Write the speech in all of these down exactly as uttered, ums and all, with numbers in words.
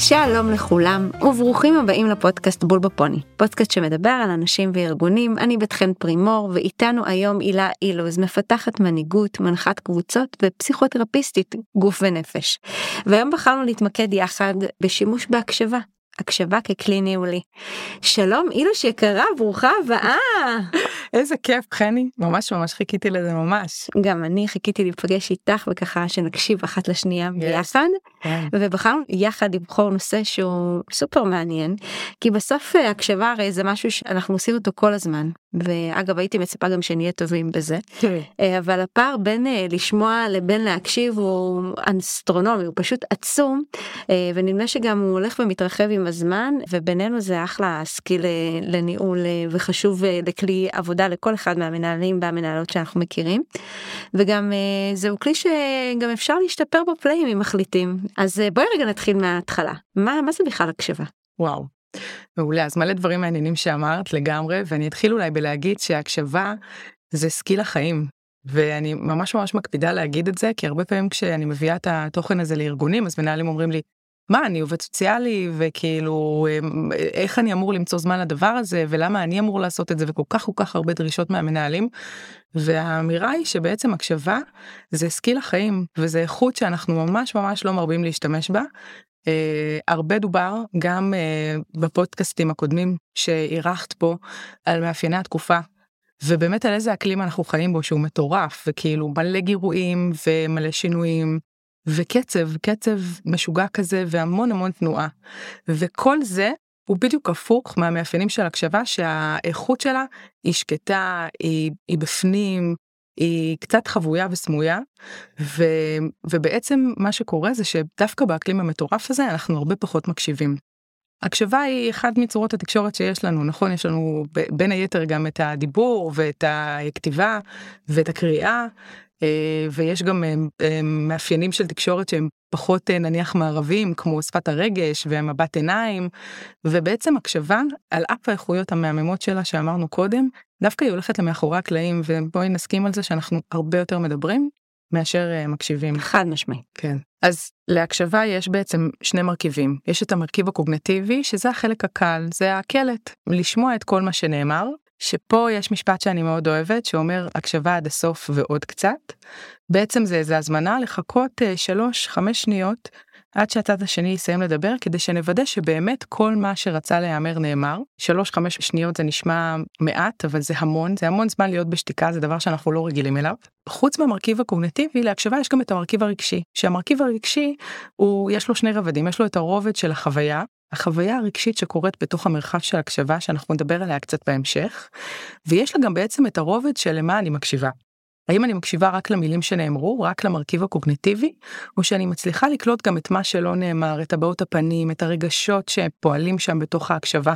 שלום לכולם, וברוכים הבאים לפודקאסט בול בפוני, פודקאסט שמדבר על אנשים וארגונים. אני בת חן פרימור, ואיתנו היום הילה אילוז, מפתחת מנהיגות, מנחת קבוצות ופסיכותרפיסטית גוף ונפש. והיום בחרנו להתמקד יחד בשימוש בהקשבה, הקשבה ככלי ניהולי. שלום אילוש יקרה, ברוכה הבאה. איזה כיף חני, ממש ממש חיכיתי לזה ממש. גם אני חיכיתי להיפגש איתך וככה שנקשיב אחת לשנייה ביחד, ובחרנו יחד לבחור נושא שהוא סופר מעניין, כי בסוף הקשבה הרי זה משהו שאנחנו עושים אותו כל הזמן, ואגב הייתי מצפה גם שנהיה טובים בזה, אבל הפער בין לשמוע לבין להקשיב הוא אסטרונומי, הוא פשוט עצום, ונדמה שגם הוא הולך ומתרחב עם הזמן, ובינינו זה אחלה סקיל לניהול וחשוב לכלי עבודה לכל אחד מהמנהלים והמנהלות שאנחנו מכירים, וגם זהו כלי שגם אפשר להשתפר בפלאים אם מחליטים. אז בואי רגע נתחיל מההתחלה. מה, מה זה בכלל הקשבה? וואו, מעולה. אז מלא דברים מעניינים שאמרת לגמרי, ואני אתחיל אולי בלהגיד שההקשבה זה סקיל החיים, ואני ממש ממש מקפידה להגיד את זה, כי הרבה פעמים כשאני מביאה את התוכן הזה לארגונים, אז מנהלים אומרים לי, מה, אני עובד סוציאלי, וכאילו, איך אני אמור למצוא זמן לדבר הזה, ולמה אני אמור לעשות את זה, וכל כך כל כך הרבה דרישות מהמנהלים, והאמירה היא שבעצם הקשבה זה סקיל החיים, וזה איכות שאנחנו ממש ממש לא מרבים להשתמש בה. הרבה דובר, גם בפודקאסטים הקודמים שאירחת פה, על מאפייני התקופה, ובאמת על איזה אקלים אנחנו חיים בו, שהוא מטורף, וכאילו מלא גירויים, ומלא שינויים, וקצב, קצב משוגע כזה, והמון המון תנועה. וכל זה הוא בדיוק הפוך מהמאפיינים של הקשבה, שהאיכות שלה היא שקטה, היא, היא בפנים, היא קצת חבויה וסמויה, ו, ובעצם מה שקורה זה שדווקא באקלים המטורף הזה, אנחנו הרבה פחות מקשיבים. הקשבה היא אחד מצורות התקשורת שיש לנו, נכון? יש לנו בין היתר גם את הדיבור, ואת הכתיבה, ואת הקריאה, ויש גם מאפיינים של תקשורת שהם פחות נניח מערבים, כמו שפת הרגש ומבט עיניים, ובעצם הקשבה, על אף האיכויות המהממות שלה שאמרנו קודם, דווקא היא הולכת למאחורי הקלעים, ובואי נסכים על זה שאנחנו הרבה יותר מדברים, מאשר מקשיבים. חד משמעי. כן. אז להקשבה יש בעצם שני מרכיבים. יש את המרכיב הקוגניטיבי, שזה החלק הקל, זה הקלט, לשמוע את כל מה שנאמר, שפה יש משפט שאני מאוד אוהבת, שאומר הקשבה עד הסוף ועוד קצת. בעצם זה איזו הזמנה לחכות שלוש, חמש שניות, עד שהצד השני יסיים לדבר, כדי שנוודא שבאמת כל מה שרצה להיאמר נאמר. שלוש, חמש שניות זה נשמע מעט, אבל זה המון, זה המון זמן להיות בשתיקה, זה דבר שאנחנו לא רגילים אליו. חוץ מהמרכיב הקוגניטיבי, להקשבה יש גם את המרכיב הרגשי, שהמרכיב הרגשי, הוא, יש לו שני רבדים, יש לו את הרובד של החוויה, החוויה הרגשית שקורית בתוך המרחב של הקשבה, שאנחנו נדבר עליה קצת בהמשך, ויש לה גם בעצם את הרובד של למה אני מקשיבה. האם אני מקשיבה רק למילים שנאמרו, רק למרכיב הקוגניטיבי, או שאני מצליחה לקלוט גם את מה שלא נאמר, את הבעות הפנים, את הרגשות שפועלים שם בתוך ההקשבה,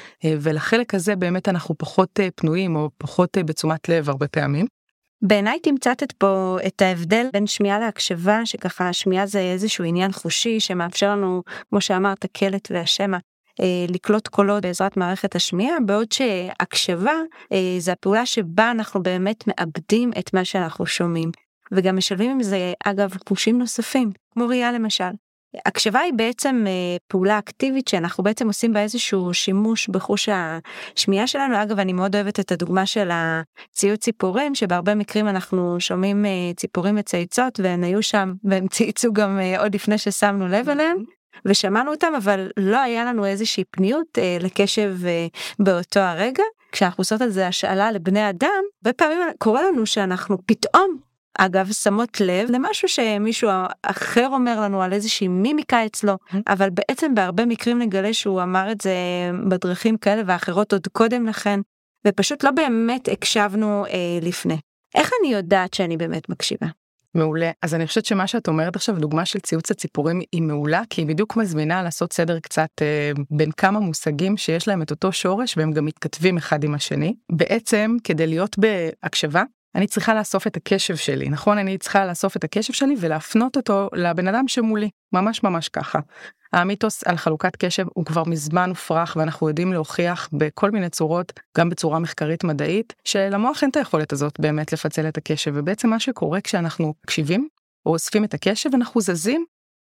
ולחלק הזה באמת אנחנו פחות פנויים, או פחות בתשומת לב הרבה פעמים. בעיניי תמצאת פה את ההבדל בין שמיעה להקשבה, שככה שמיעה זה איזשהו עניין חושי, שמאפשר לנו, כמו שאמרת, הקלט והשמע, לקלוט קולות בעזרת מערכת השמיעה, בעוד שהקשבה זה הפעולה שבה אנחנו באמת מאבדים את מה שאנחנו שומעים, וגם משלבים עם זה אגב חושים נוספים, כמו ראייה למשל. הקשבה היא בעצם פעולה אקטיבית שאנחנו בעצם עושים בה איזשהו שימוש בחוש השמיעה שלנו. אגב, אני מאוד אוהבת את הדוגמה של הציוץ ציפורים, שבהרבה מקרים אנחנו שומעים ציפורים וצייצות, והן היו שם, והם צייצו גם עוד לפני ששמנו לב אליהם, ושמענו אותם, אבל לא היה לנו איזושהי פניות לקשב באותו הרגע. כשאנחנו עושות על זה השאלה לבני אדם, בפעמים קורה לנו שאנחנו פתאום, אגב, שמות לב למשהו שמישהו אחר אומר לנו על איזושהי מימיקה אצלו, אבל בעצם בהרבה מקרים נגלה שהוא אמר את זה בדרכים כאלה ואחרות עוד קודם לכן, ופשוט לא באמת הקשבנו אה, לפני. איך אני יודעת שאני באמת מקשיבה? מעולה. אז אני חושבת שמה שאת אומרת עכשיו, דוגמה של ציוץ הציפורים היא מעולה, כי היא בדיוק מזמינה לעשות סדר קצת אה, בין כמה מושגים שיש להם את אותו שורש, והם גם מתכתבים אחד עם השני. בעצם, כדי להיות בהקשבה, אני צריכה לאסוף את הקשב שלי, נכון? אני צריכה לאסוף את הקשב שלי ולהפנות אותו לבן אדם שמולי, ממש ממש ככה. המיתוס על חלוקת קשב הוא כבר מזמן הופרך, ואנחנו יודעים להוכיח בכל מיני צורות, גם בצורה מחקרית מדעית, שלמוח אין את היכולת הזאת באמת לפצל את הקשב, ובעצם מה שקורה כשאנחנו מקשיבים, או אוספים את הקשב, אנחנו זזים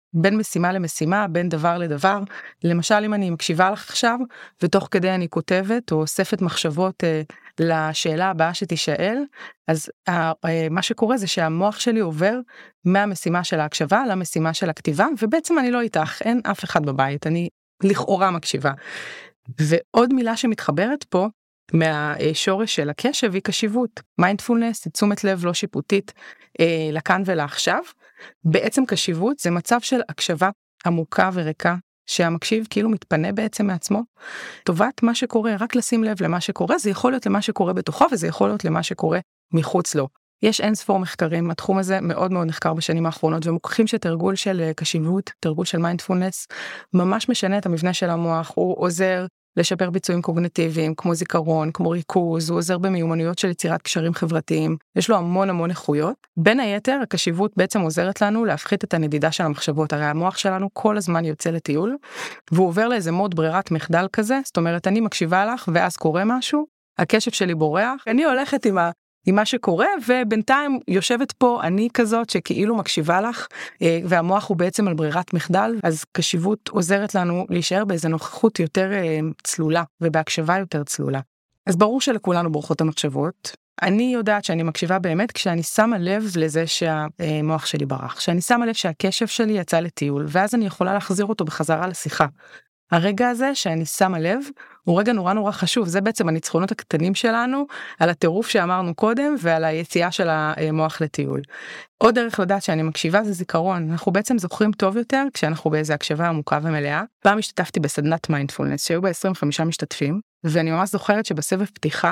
בין משימה למשימה, בין דבר לדבר. למשל, אם אני מקשיבה לך עכשיו, ותוך כדי אני כותבת או אוספת מחשבות אה, לשאלה הבאה שתישאל, אז אה, אה, מה שקורה זה שהמוח שלי עובר מהמשימה של ההקשבה למשימה של הכתיבה, ובעצם אני לא איתך, אין אף אחד בבית, אני לכאורה מקשיבה. ועוד מילה שמתחברת פה, מהשורש של הקשב היא קשיבות, מיינדפולנס, תשומת לב לא שיפוטית אה, לכאן ולעכשיו. בעצם קשיבות זה מצב של הקשבה עמוקה וריקה, שהמקשיב כאילו מתפנה בעצם מעצמו, טובת מה שקורה, רק לשים לב למה שקורה, זה יכול להיות למה שקורה בתוכו, וזה יכול להיות למה שקורה מחוץ לו. יש אין ספור מחקרים, התחום הזה מאוד מאוד נחקר בשנים האחרונות, ומוכחים שתרגול של קשיבות, תרגול של מיינדפולנס, ממש משנה את המבנה של המוח, הוא עוזר לשפר ביצועים קוגניטיביים, כמו זיכרון, כמו ריכוז, הוא עוזר במיומנויות של יצירת קשרים חברתיים, יש לו המון המון איכויות. בין היתר, הקשיבות בעצם עוזרת לנו להפחית את הנדידה של המחשבות, הרי המוח שלנו כל הזמן יוצא לטיול, והוא עובר לאיזה מוד ברירת מחדל כזה, זאת אומרת, אני מקשיבה לך, ואז קורה משהו, הקשב שלי בורח, אני הולכת עם ה... עם מה שקורה, ובינתיים יושבת פה אני כזאת שכאילו מקשיבה לך, והמוח הוא בעצם על ברירת מחדל, אז קשיבות עוזרת לנו להישאר באיזו נוכחות יותר צלולה, ובהקשבה יותר צלולה. אז ברור שלכולנו בורחות המחשבות, אני יודעת שאני מקשיבה באמת כשאני שמה לב לזה שהמוח שלי ברח, כשאני שמה לב שהקשב שלי יצא לטיול, ואז אני יכולה להחזיר אותו בחזרה לשיחה. הרגע הזה שאני שמה לב, הוא רגע נורא נורא חשוב, זה בעצם הניצחונות הקטנים שלנו, על הטירוף שאמרנו קודם, ועל היציאה של המוח לטיול. עוד דרך לדעת שאני מקשיבה זה זיכרון, אנחנו בעצם זוכרים טוב יותר, כשאנחנו באיזו הקשבה עמוקה ומלאה. פעם השתתפתי בסדנת מיינדפולנס, שהיו בה עשרים וחמישה משתתפים, ואני ממש זוכרת שבסבב פתיחה,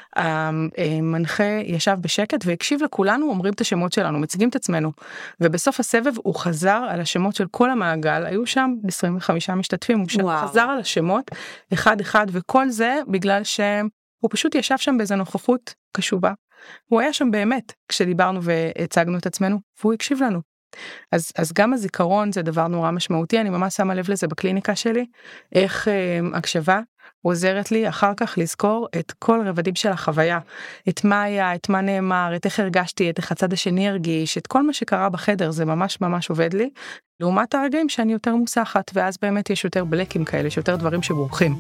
המנחה ישב בשקט והקשיב לכולנו, אומרים את השמות שלנו, מציגים את עצמנו, ובסוף הסבב הוא חזר על השמות של כל המעגל, היו שם עשרים וחמישה משתתפים, הוא חזר על השמות אחד אחד, וכל זה בגלל שהוא פשוט ישב שם באיזו נוכחות קשובה, הוא היה שם באמת כשדיברנו והצגנו את עצמנו, והוא הקשיב לנו. אז, אז גם הזיכרון זה דבר נורא משמעותי, אני ממש שמה לב לזה בקליניקה שלי, איך אה, הקשבה עוזרת לי אחר כך לזכור את כל רבדים של החוויה, את מה היה, את מה נאמר, את איך הרגשתי, את איך הצד השני הרגיש, את כל מה שקרה בחדר, זה ממש ממש עובד לי, לעומת הרגעים שאני יותר מוסחת, ואז באמת יש יותר בלקים כאלה, יש יותר דברים שבורחים.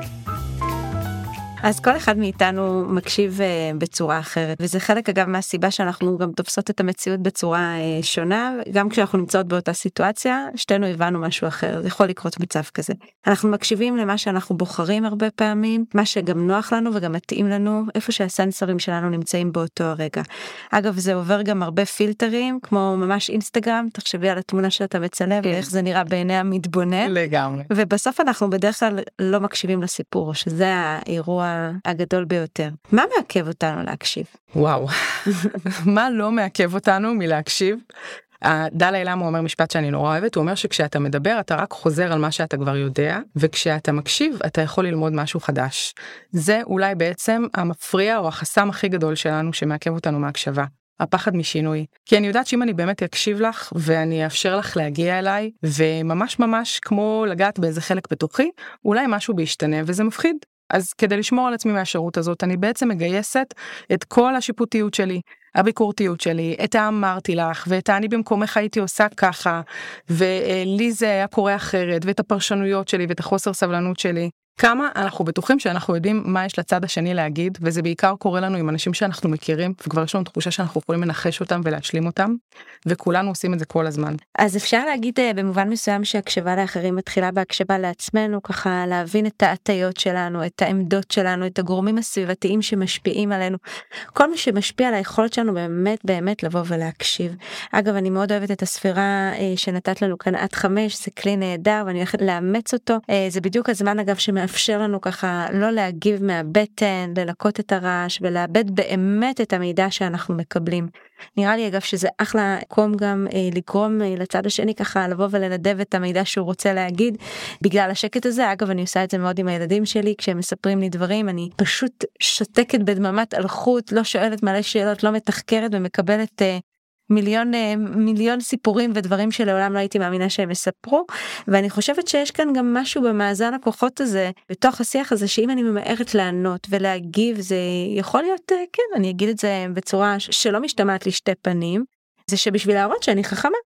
אז כל אחד מאיתנו מקשיב uh, בצורה אחרת, וזה חלק אגב מהסיבה שאנחנו גם תופסות את המציאות בצורה uh, שונה, גם כשאנחנו נמצאות באותה סיטואציה, שתינו הבנו משהו אחר, זה יכול לקרות מצב כזה. אנחנו מקשיבים למה שאנחנו בוחרים הרבה פעמים, מה שגם נוח לנו וגם מתאים לנו, איפה שהסנסורים שלנו נמצאים באותו הרגע. אגב, זה עובר גם הרבה פילטרים, כמו ממש אינסטגרם, תחשבי על התמונה שאתה מצלם, ואיך זה נראה בעיני המתבונן. לגמרי. ובסוף אנחנו בדרך כלל לא מקשיבים לסיפור, שזה האירוע הגדול ביותר. מה מעכב אותנו להקשיב? וואו, מה לא מעכב אותנו מלהקשיב? דלאי למה אומר משפט שאני נורא אוהבת, הוא אומר שכשאתה מדבר אתה רק חוזר על מה שאתה כבר יודע, וכשאתה מקשיב אתה יכול ללמוד משהו חדש. זה אולי בעצם המפריע או החסם הכי גדול שלנו שמעכב אותנו מהקשבה. הפחד משינוי. כי אני יודעת שאם אני באמת אקשיב לך, ואני אאפשר לך להגיע אליי, וממש ממש כמו לגעת באיזה חלק בתוכי, אולי משהו בישתנה, וזה מפחיד. אז כדי לשמור על עצמי מהשירות הזאת, אני בעצם מגייסת את כל השיפוטיות שלי, הביקורתיות שלי, את האמרתי לך, ואת האני במקומך הייתי עושה ככה, ולי זה היה קורה אחרת, ואת הפרשנויות שלי, ואת החוסר סבלנות שלי. כמה אנחנו בטוחים שאנחנו יודעים מה יש לצד השני להגיד, וזה בעיקר קורה לנו עם אנשים שאנחנו מכירים, וכבר יש לנו תחושה שאנחנו יכולים לנחש אותם ולהשלים אותם, וכולנו עושים את זה כל הזמן. אז אפשר להגיד במובן מסוים שהקשבה לאחרים מתחילה בהקשבה לעצמנו, ככה להבין את ההטיות שלנו, את העמדות שלנו, את הגורמים הסביבתיים שמשפיעים עלינו, כל מה שמשפיע על היכולת שלנו באמת באמת לבוא ולהקשיב. אגב, אני מאוד אוהבת את הספירה שנתת לנו כאן עד חמש, זה כלי נהדר, ואני הולכת לאמץ אותו. זה בדיוק הזמן אגב שמאפשר לנו ככה לא להגיב מהבטן, ללקות את הרעש ולאבד באמת את המידע שאנחנו מקבלים. נראה לי אגב שזה אחלה קום גם אה, לגרום אה, לצד השני ככה לבוא ולנדב את המידע שהוא רוצה להגיד בגלל השקט הזה. אגב, אני עושה את זה מאוד עם הילדים שלי, כשהם מספרים לי דברים אני פשוט שותקת בדממת אלחוט, לא שואלת מלא שאלות, לא מתחקרת ומקבלת אה, מיליון, מיליון סיפורים ודברים שלעולם לא הייתי מאמינה שהם יספרו, ואני חושבת שיש כאן גם משהו במאזן הכוחות הזה, בתוך השיח הזה, שאם אני ממהרת לענות ולהגיב, זה יכול להיות, כן, אני אגיד את זה בצורה שלא משתמעת לשתי פנים, זה שבשביל להראות שאני חכמה,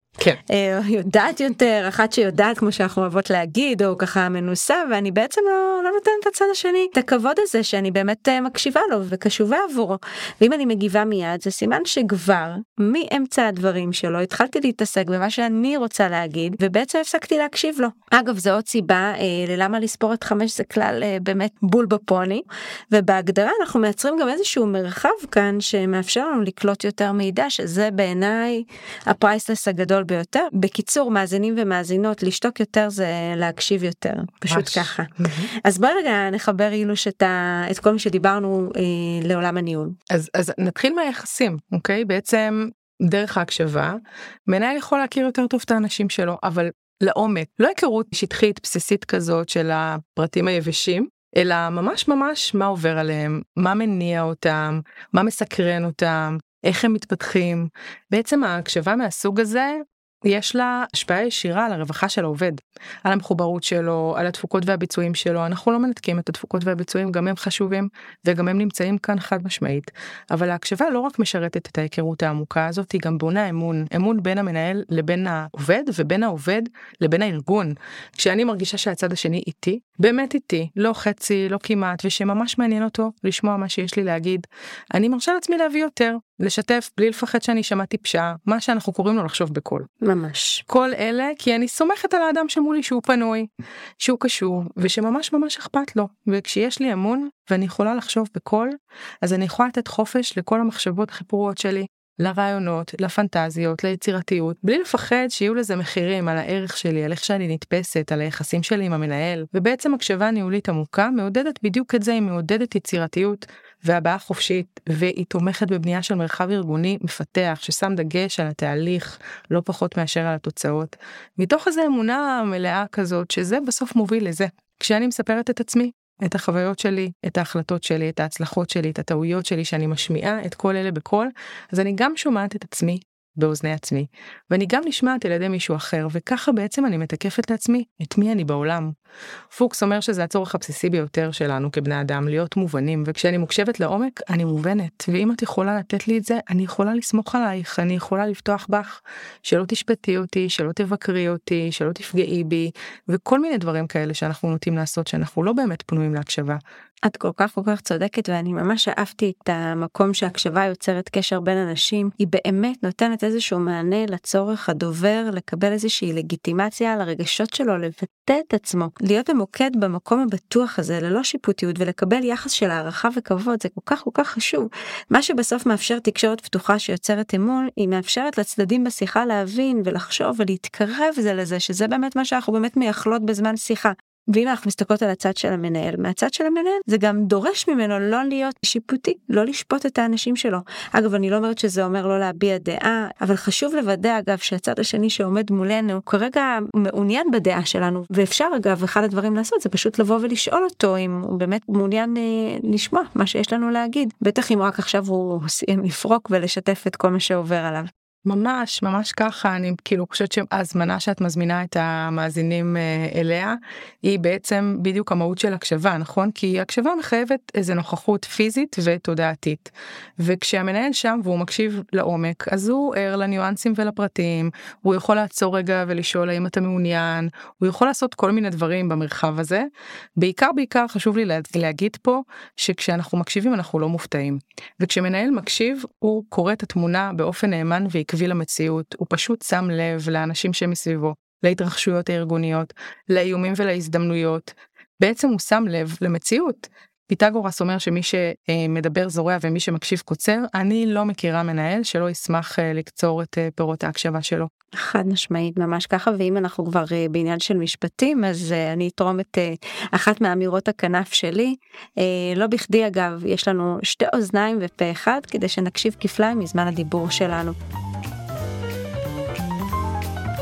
כן. יודעת יותר, אחת שיודעת כמו שאנחנו אוהבות להגיד, או ככה מנוסה, ואני בעצם לא, לא נותנת את הצד השני, את הכבוד הזה שאני באמת מקשיבה לו וקשובה עבורו. ואם אני מגיבה מיד, זה סימן שכבר מאמצע הדברים שלו התחלתי להתעסק במה שאני רוצה להגיד, ובעצם הפסקתי להקשיב לו. אגב, זו עוד סיבה אה, ללמה לספור את חמש זה כלל אה, באמת בול בפוני, ובהגדרה אנחנו מייצרים גם איזשהו מרחב כאן שמאפשר לנו לקלוט יותר מידע, שזה בעיניי הפרייסלס הגדול ביותר. בקיצור, מאזינים ומאזינות, לשתוק יותר זה להקשיב יותר, פשוט ככה. אז בוא רגע נחבר אילוש את, ה... את כל מי שדיברנו אה, לעולם הניהול. אז, אז נתחיל מהיחסים, אוקיי? בעצם דרך ההקשבה, מנהל יכול להכיר יותר טוב את האנשים שלו, אבל לעומק, לא היכרות שטחית, בסיסית כזאת של הפרטים היבשים, אלא ממש ממש מה עובר עליהם, מה מניע אותם, מה מסקרן אותם, איך הם מתפתחים. בעצם ההקשבה מהסוג הזה, יש לה השפעה ישירה על הרווחה של העובד, על המחוברות שלו, על התפוקות והביצועים שלו. אנחנו לא מנתקים את התפוקות והביצועים, גם הם חשובים, וגם הם נמצאים כאן חד משמעית. אבל ההקשבה לא רק משרתת את ההיכרות העמוקה הזאת, היא גם בונה אמון, אמון בין המנהל לבין העובד, ובין העובד לבין הארגון. כשאני מרגישה שהצד השני איתי, באמת איתי, לא חצי, לא כמעט, ושממש מעניין אותו לשמוע מה שיש לי להגיד, אני מרשה לעצמי להביא יותר, לשתף בלי לפחד שאני שמעתי פשעה, מה שאנחנו קוראים לו לחשוב בקול. ממש. כל אלה, כי אני סומכת על האדם שמולי שהוא פנוי, שהוא קשור, ושממש ממש אכפת לו. וכשיש לי אמון, ואני יכולה לחשוב בקול, אז אני יכולה לתת חופש לכל המחשבות החיפורות שלי, לרעיונות, לפנטזיות, ליצירתיות, בלי לפחד שיהיו לזה מחירים על הערך שלי, על איך שאני נתפסת, על היחסים שלי עם המנהל. ובעצם הקשבה ניהולית עמוקה מעודדת בדיוק את זה, היא מעודדת יצירתיות והבעה חופשית, והיא תומכת בבנייה של מרחב ארגוני מפתח, ששם דגש על התהליך, לא פחות מאשר על התוצאות. מתוך איזו אמונה מלאה כזאת, שזה בסוף מוביל לזה. כשאני מספרת את עצמי, את החוויות שלי, את ההחלטות שלי, את ההצלחות שלי, את הטעויות שלי, שאני משמיעה את כל אלה בכל, אז אני גם שומעת את עצמי באוזני עצמי, ואני גם נשמעת על ידי מישהו אחר, וככה בעצם אני מתקפת לעצמי את מי אני בעולם. פוקס אומר שזה הצורך הבסיסי ביותר שלנו כבני אדם, להיות מובנים, וכשאני מוקשבת לעומק, אני מובנת, ואם את יכולה לתת לי את זה, אני יכולה לסמוך עלייך, אני יכולה לפתוח בך, שלא תשפטי אותי, שלא תבקרי אותי, שלא תפגעי בי, וכל מיני דברים כאלה שאנחנו נוטים לעשות, שאנחנו לא באמת פנויים להקשבה. את כל כך כל כך צודקת, ואני ממש אהבתי את המקום שהקשבה יוצרת קשר בין אנשים, היא באמת נותנת איזשהו מענה לצורך הדובר, לקבל איזושהי לגיטימציה על הרגשות שלו, לבטא את עצמו, להיות ממוקד במקום הבטוח הזה, ללא שיפוטיות, ולקבל יחס של הערכה וכבוד, זה כל כך כל כך חשוב. מה שבסוף מאפשר תקשורת פתוחה שיוצרת אמון, היא מאפשרת לצדדים בשיחה להבין ולחשוב ולהתקרב זה לזה, שזה באמת מה שאנחנו באמת מייחלות בזמן שיחה. ואם אנחנו מסתכלות על הצד של המנהל, מהצד של המנהל, זה גם דורש ממנו לא להיות שיפוטי, לא לשפוט את האנשים שלו. אגב, אני לא אומרת שזה אומר לא להביע דעה, אבל חשוב לוודא, אגב, שהצד השני שעומד מולנו, הוא כרגע מעוניין בדעה שלנו, ואפשר, אגב, אחד הדברים לעשות, זה פשוט לבוא ולשאול אותו, אם הוא באמת מעוניין אה, לשמוע מה שיש לנו להגיד. בטח אם רק עכשיו הוא סיים לפרוק ולשתף את כל מה שעובר עליו. ממש, ממש ככה, אני כאילו חושבת שההזמנה שאת מזמינה את המאזינים אליה, היא בעצם בדיוק המהות של הקשבה, נכון? כי הקשבה מחייבת איזו נוכחות פיזית ותודעתית, וכשהמנהל שם והוא מקשיב לעומק, אז הוא ער לניואנסים ולפרטים, הוא יכול לעצור רגע ולשאול האם אתה מעוניין, הוא יכול לעשות כל מיני דברים במרחב הזה, בעיקר בעיקר חשוב לי להגיד פה, שכשאנחנו מקשיבים אנחנו לא מופתעים, וכשמנהל מקשיב, הוא קורא את התמונה באופן נאמן ועקבי למציאות, הוא פשוט שם לב לאנשים שמסביבו, להתרחשויות הארגוניות, לאיומים ולהזדמנויות, בעצם הוא שם לב למציאות. פיתגורס אומר שמי שמדבר זורע ומי שמקשיב קוצר, אני לא מכירה מנהל שלא ישמח לקצור את פירות ההקשבה שלו. חד משמעית, ממש ככה, ואם אנחנו כבר בעניין של משפטים, אז אני אתרום את אחת מאמירות הכנף שלי, לא בכדי אגב, יש לנו שתי אוזניים ופה אחד, כדי שנקשיב כפליים מזמן הדיבור שלנו.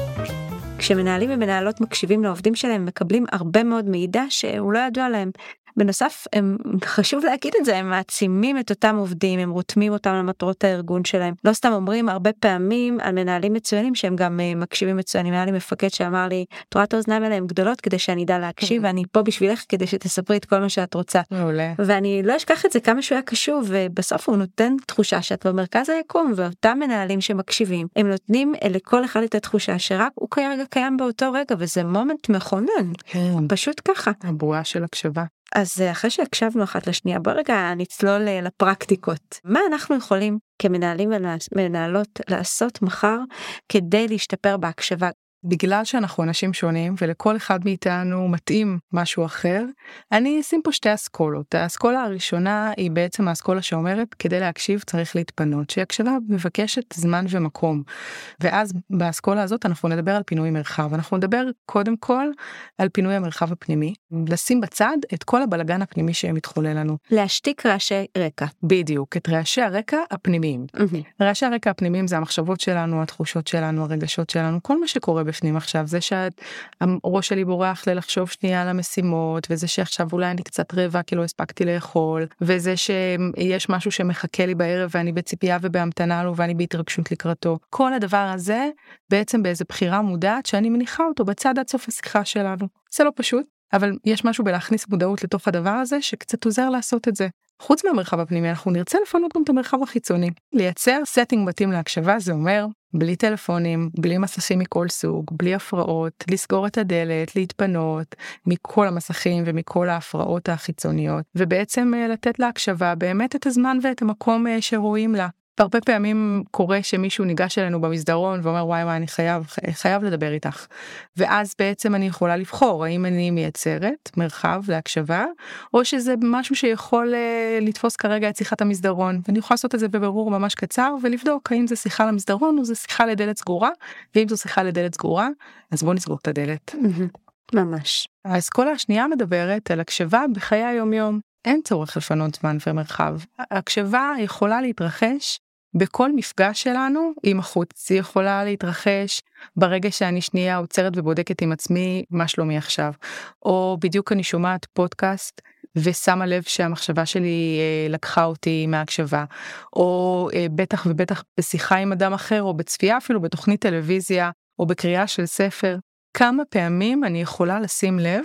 כשמנהלים ומנהלות מקשיבים לעובדים שלהם, מקבלים הרבה מאוד מידע שהוא לא ידוע להם. בנוסף, הם, חשוב להגיד את זה, הם מעצימים את אותם עובדים, הם רותמים אותם למטרות הארגון שלהם. לא סתם אומרים הרבה פעמים על מנהלים מצוינים שהם גם uh, מקשיבים מצוינים. היה לי מפקד שאמר לי, תורת האוזניים האלה הם גדולות כדי שאני אדע להקשיב, ואני פה בשבילך כדי שתספרי את כל מה שאת רוצה. מעולה. ואני לא אשכח את זה כמה שהוא היה קשוב, ובסוף הוא נותן תחושה שאת במרכז היקום, ואותם מנהלים שמקשיבים, הם נותנים לכל אחד את התחושה שרק הוא כרגע קיים באותו רגע, וזה מומנט מכונן. פשוט ככה. הבועה של הקשבה. אז אחרי שהקשבנו אחת לשנייה, בוא רגע נצלול לפרקטיקות. מה אנחנו יכולים כמנהלים ומנהלות לעשות מחר כדי להשתפר בהקשבה? בגלל שאנחנו אנשים שונים ולכל אחד מאיתנו מתאים משהו אחר, אני אשים פה שתי אסכולות. האסכולה הראשונה היא בעצם האסכולה שאומרת, כדי להקשיב צריך להתפנות, שהקשבה מבקשת זמן ומקום. ואז באסכולה הזאת אנחנו נדבר על פינוי מרחב. אנחנו נדבר קודם כל על פינוי המרחב הפנימי, לשים בצד את כל הבלגן הפנימי שמתחולל לנו. להשתיק רעשי רקע. בדיוק, את רעשי הרקע הפנימיים. Mm-hmm. רעשי הרקע הפנימיים זה המחשבות שלנו, התחושות שלנו, הרגשות שלנו, כל מה שקורה בפנים עכשיו, זה שהראש שלי בורח ללחשוב שנייה על המשימות, וזה שעכשיו אולי אני קצת רבע כי לא הספקתי לאכול, וזה שיש משהו שמחכה לי בערב ואני בציפייה ובהמתנה לו ואני בהתרגשות לקראתו. כל הדבר הזה בעצם באיזו בחירה מודעת שאני מניחה אותו בצד עד סוף השיחה שלנו. זה לא פשוט, אבל יש משהו בלהכניס מודעות לתוך הדבר הזה שקצת עוזר לעשות את זה. חוץ מהמרחב הפנימי, אנחנו נרצה לפנות גם את המרחב החיצוני. לייצר סטינג מתאים להקשבה, זה אומר, בלי טלפונים, בלי מסכים מכל סוג, בלי הפרעות, לסגור את הדלת, להתפנות מכל המסכים ומכל ההפרעות החיצוניות, ובעצם לתת להקשבה באמת את הזמן ואת המקום שרואים לה. הרבה פעמים קורה שמישהו ניגש אלינו במסדרון ואומר וואי וואי אני חייב, חייב לדבר איתך. ואז בעצם אני יכולה לבחור האם אני מייצרת מרחב להקשבה, או שזה משהו שיכול uh, לתפוס כרגע את שיחת המסדרון. ואני יכולה לעשות את זה בבירור ממש קצר ולבדוק האם זה שיחה למסדרון או זה שיחה לדלת סגורה, ואם זו שיחה לדלת סגורה, אז בואו נסגור את הדלת. ממש. האסכולה השנייה מדברת על הקשבה בחיי היום-יום. אין צורך לפנות זמן ומרחב. הקשבה יכולה להתרחש בכל מפגש שלנו עם החוץ. היא יכולה להתרחש ברגע שאני שנייה עוצרת ובודקת עם עצמי מה שלומי עכשיו. או בדיוק אני שומעת פודקאסט ושמה לב שהמחשבה שלי אה, לקחה אותי מההקשבה. או אה, בטח ובטח בשיחה עם אדם אחר, או בצפייה אפילו בתוכנית טלוויזיה, או בקריאה של ספר. כמה פעמים אני יכולה לשים לב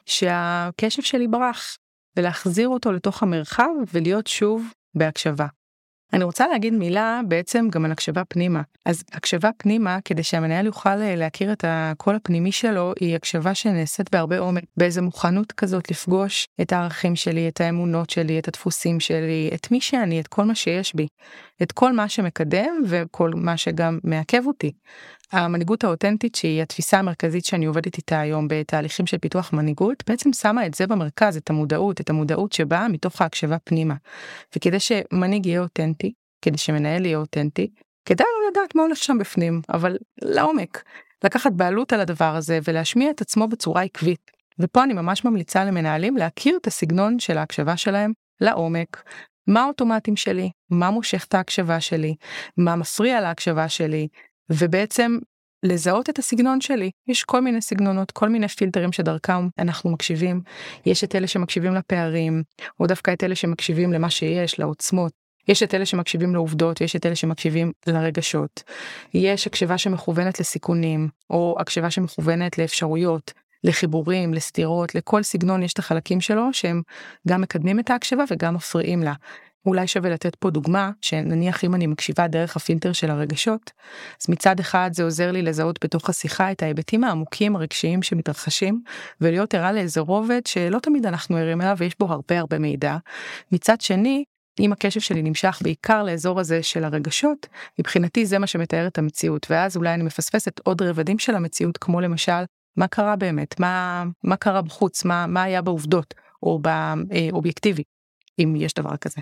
שהקשב שלי ברח, ולהחזיר אותו לתוך המרחב ולהיות שוב בהקשבה. אני רוצה להגיד מילה בעצם גם על הקשבה פנימה. אז הקשבה פנימה, כדי שהמנהל יוכל להכיר את הקול הפנימי שלו, היא הקשבה שנעשית בהרבה עומק, באיזו מוכנות כזאת לפגוש את הערכים שלי, את האמונות שלי, את הדפוסים שלי, את מי שאני, את כל מה שיש בי, את כל מה שמקדם וכל מה שגם מעכב אותי. המנהיגות האותנטית, שהיא התפיסה המרכזית שאני עובדת איתה היום בתהליכים של פיתוח מנהיגות, בעצם שמה את זה במרכז, את המודעות, את המודעות שבאה מתוך ההקשבה פנימה. וכדי שמנהיג יהיה אותנטי, כדי שמנהל יהיה אותנטי, כדאי לא לדעת מה הולך שם בפנים, אבל לעומק, לקחת בעלות על הדבר הזה ולהשמיע את עצמו בצורה עקבית. ופה אני ממש ממליצה למנהלים להכיר את הסגנון של ההקשבה שלהם לעומק, מה האוטומטים שלי, מה מושך את ההקשבה שלי, מה מפריע להקשבה שלי, ובעצם לזהות את הסגנון שלי. יש כל מיני סגנונות, כל מיני פילטרים שדרכם אנחנו מקשיבים. יש את אלה שמקשיבים לפערים, או דווקא את אלה שמקשיבים למה שיש, לעוצמות. יש את אלה שמקשיבים לעובדות, יש את אלה שמקשיבים לרגשות. יש הקשבה שמכוונת לסיכונים, או הקשבה שמכוונת לאפשרויות, לחיבורים, לסתירות, לכל סגנון יש את החלקים שלו, שהם גם מקדמים את ההקשבה וגם מפריעים לה. אולי שווה לתת פה דוגמה, שנניח אם אני מקשיבה דרך הפילטר של הרגשות, אז מצד אחד זה עוזר לי לזהות בתוך השיחה את ההיבטים העמוקים הרגשיים שמתרחשים, ולהיות ערה לאיזה רובד שלא תמיד אנחנו ערים אליו, ויש בו הרבה הרבה מידע. מצד שני, אם הקשב שלי נמשך בעיקר לאזור הזה של הרגשות, מבחינתי זה מה שמתאר את המציאות, ואז אולי אני מפספסת עוד רבדים של המציאות, כמו למשל, מה קרה באמת, מה, מה קרה בחוץ, מה, מה היה בעובדות, או באובייקטיבי. אם יש דבר כזה.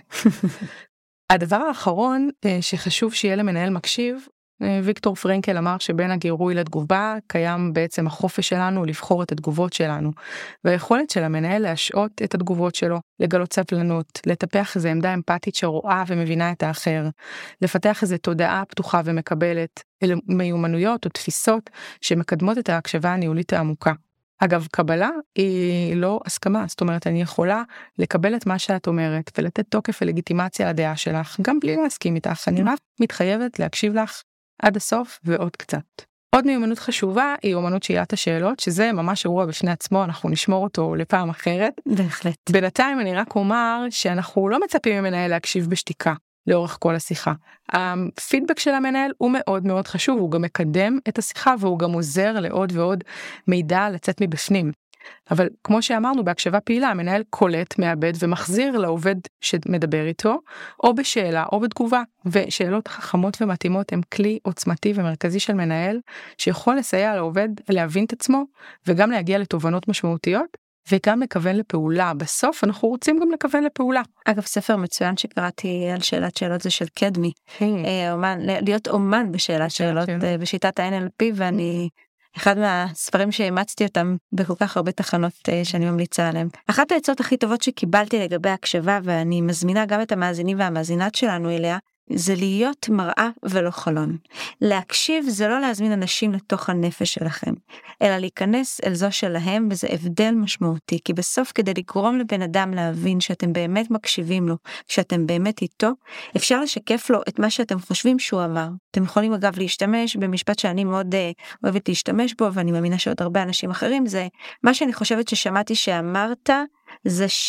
הדבר האחרון שחשוב שיהיה למנהל מקשיב, ויקטור פרנקל אמר שבין הגירוי לתגובה קיים בעצם החופש שלנו לבחור את התגובות שלנו, והיכולת של המנהל להשעות את התגובות שלו, לגלות סבלנות, לטפח איזו עמדה אמפתית שרואה ומבינה את האחר, לפתח איזו תודעה פתוחה ומקבלת, אלה מיומנויות או תפיסות שמקדמות את ההקשבה הניהולית העמוקה. אגב, קבלה היא לא הסכמה, זאת אומרת, אני יכולה לקבל את מה שאת אומרת, ולתת תוקף ולגיטימציה לדעה שלך, גם בלי להסכים איתך, אני רק מתחייבת להקשיב לך עד הסוף ועוד קצת. עוד מיומנות חשובה היא אומנות שאלת השאלות, שזה ממש אירוע בפני עצמו, אנחנו נשמור אותו לפעם אחרת. בהחלט. בינתיים אני רק אומר שאנחנו לא מצפים ממנהל להקשיב בשתיקה לאורך כל השיחה. הפידבק של המנהל הוא מאוד מאוד חשוב, הוא גם מקדם את השיחה והוא גם עוזר לעוד ועוד מידע לצאת מבפנים. אבל כמו שאמרנו, בהקשבה פעילה, המנהל קולט, מאבד ומחזיר לעובד שמדבר איתו, או בשאלה או בתגובה, ושאלות חכמות ומתאימות הם כלי עוצמתי ומרכזי של מנהל, שיכול לסייע לעובד להבין את עצמו, וגם להגיע לתובנות משמעותיות, וגם לכוון לפעולה. בסוף אנחנו רוצים גם לכוון לפעולה. אגב, ספר מצוין שקראתי על שאלת שאלות זה של קדמי. אומן, להיות אומן בשאלת שאלות בשיטת ה-אן אל פי, ואני אחד מהספרים שאימצתי אותם בכל כך הרבה תחנות שאני ממליצה עליהם. אחת העצות הכי טובות שקיבלתי לגבי הקשבה, ואני מזמינה גם את המאזינים והמאזינת שלנו אליה, זה להיות מראה ולא חלון. להקשיב זה לא להזמין אנשים לתוך הנפש שלכם, אלא להיכנס אל זו שלהם, וזה הבדל משמעותי, כי בסוף כדי לגרום לבן אדם להבין שאתם באמת מקשיבים לו, שאתם באמת איתו, אפשר לשקף לו את מה שאתם חושבים שהוא אמר. אתם יכולים אגב להשתמש במשפט שאני מאוד uh, אוהבת להשתמש בו, ואני מאמינה שעוד הרבה אנשים אחרים, זה מה שאני חושבת ששמעתי שאמרת, זה ש.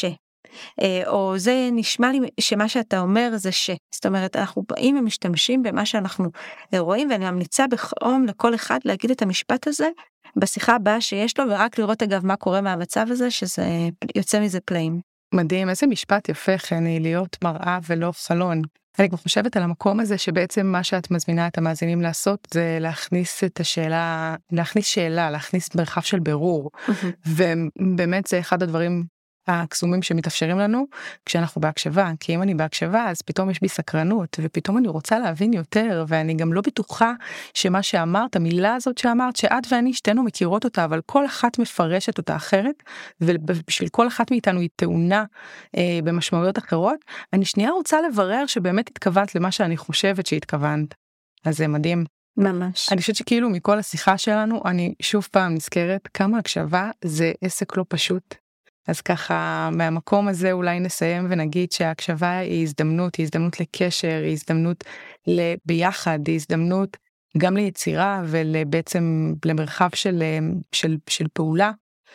או זה נשמע לי שמה שאתה אומר זה ש. זאת אומרת, אנחנו באים ומשתמשים במה שאנחנו רואים, ואני ממליצה בחום לכל אחד להגיד את המשפט הזה בשיחה הבאה שיש לו, ורק לראות אגב מה קורה מהמצב הזה, שזה יוצא מזה פלאים. מדהים, איזה משפט יפה, חני, להיות מראה ולא חלון. אני גם חושבת על המקום הזה שבעצם מה שאת מזמינה את המאזינים לעשות זה להכניס את השאלה, להכניס שאלה, להכניס מרחב של ברור. ובאמת זה אחד הדברים הקסומים שמתאפשרים לנו כשאנחנו בהקשבה, כי אם אני בהקשבה אז פתאום יש בי סקרנות, ופתאום אני רוצה להבין יותר, ואני גם לא בטוחה שמה שאמרת, המילה הזאת שאמרת, שאת ואני שתינו מכירות אותה, אבל כל אחת מפרשת אותה אחרת, ובשביל כל אחת מאיתנו היא טעונה אה, במשמעויות אחרות, אני שנייה רוצה לברר שבאמת התכוונת למה שאני חושבת שהתכוונת. אז זה מדהים. ממש. אני חושבת שכאילו מכל השיחה שלנו, אני שוב פעם נזכרת כמה הקשבה זה עסק לא פשוט. אז ככה מהמקום הזה אולי נסיים ונגיד שההקשבה היא הזדמנות, היא הזדמנות לקשר, היא הזדמנות ביחד, היא הזדמנות גם ליצירה ובעצם למרחב של, של, של פעולה,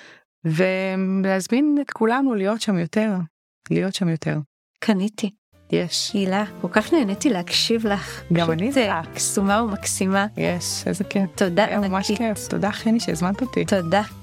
ולהזמין את כולנו להיות שם יותר, להיות שם יותר. קניתי. יש. הילה, כל כך נהניתי להקשיב לך. גם אני זה. קסומה ומקסימה. יש, איזה כיף. תודה. היה ממש כיף. תודה חני שהזמנת אותי. תודה.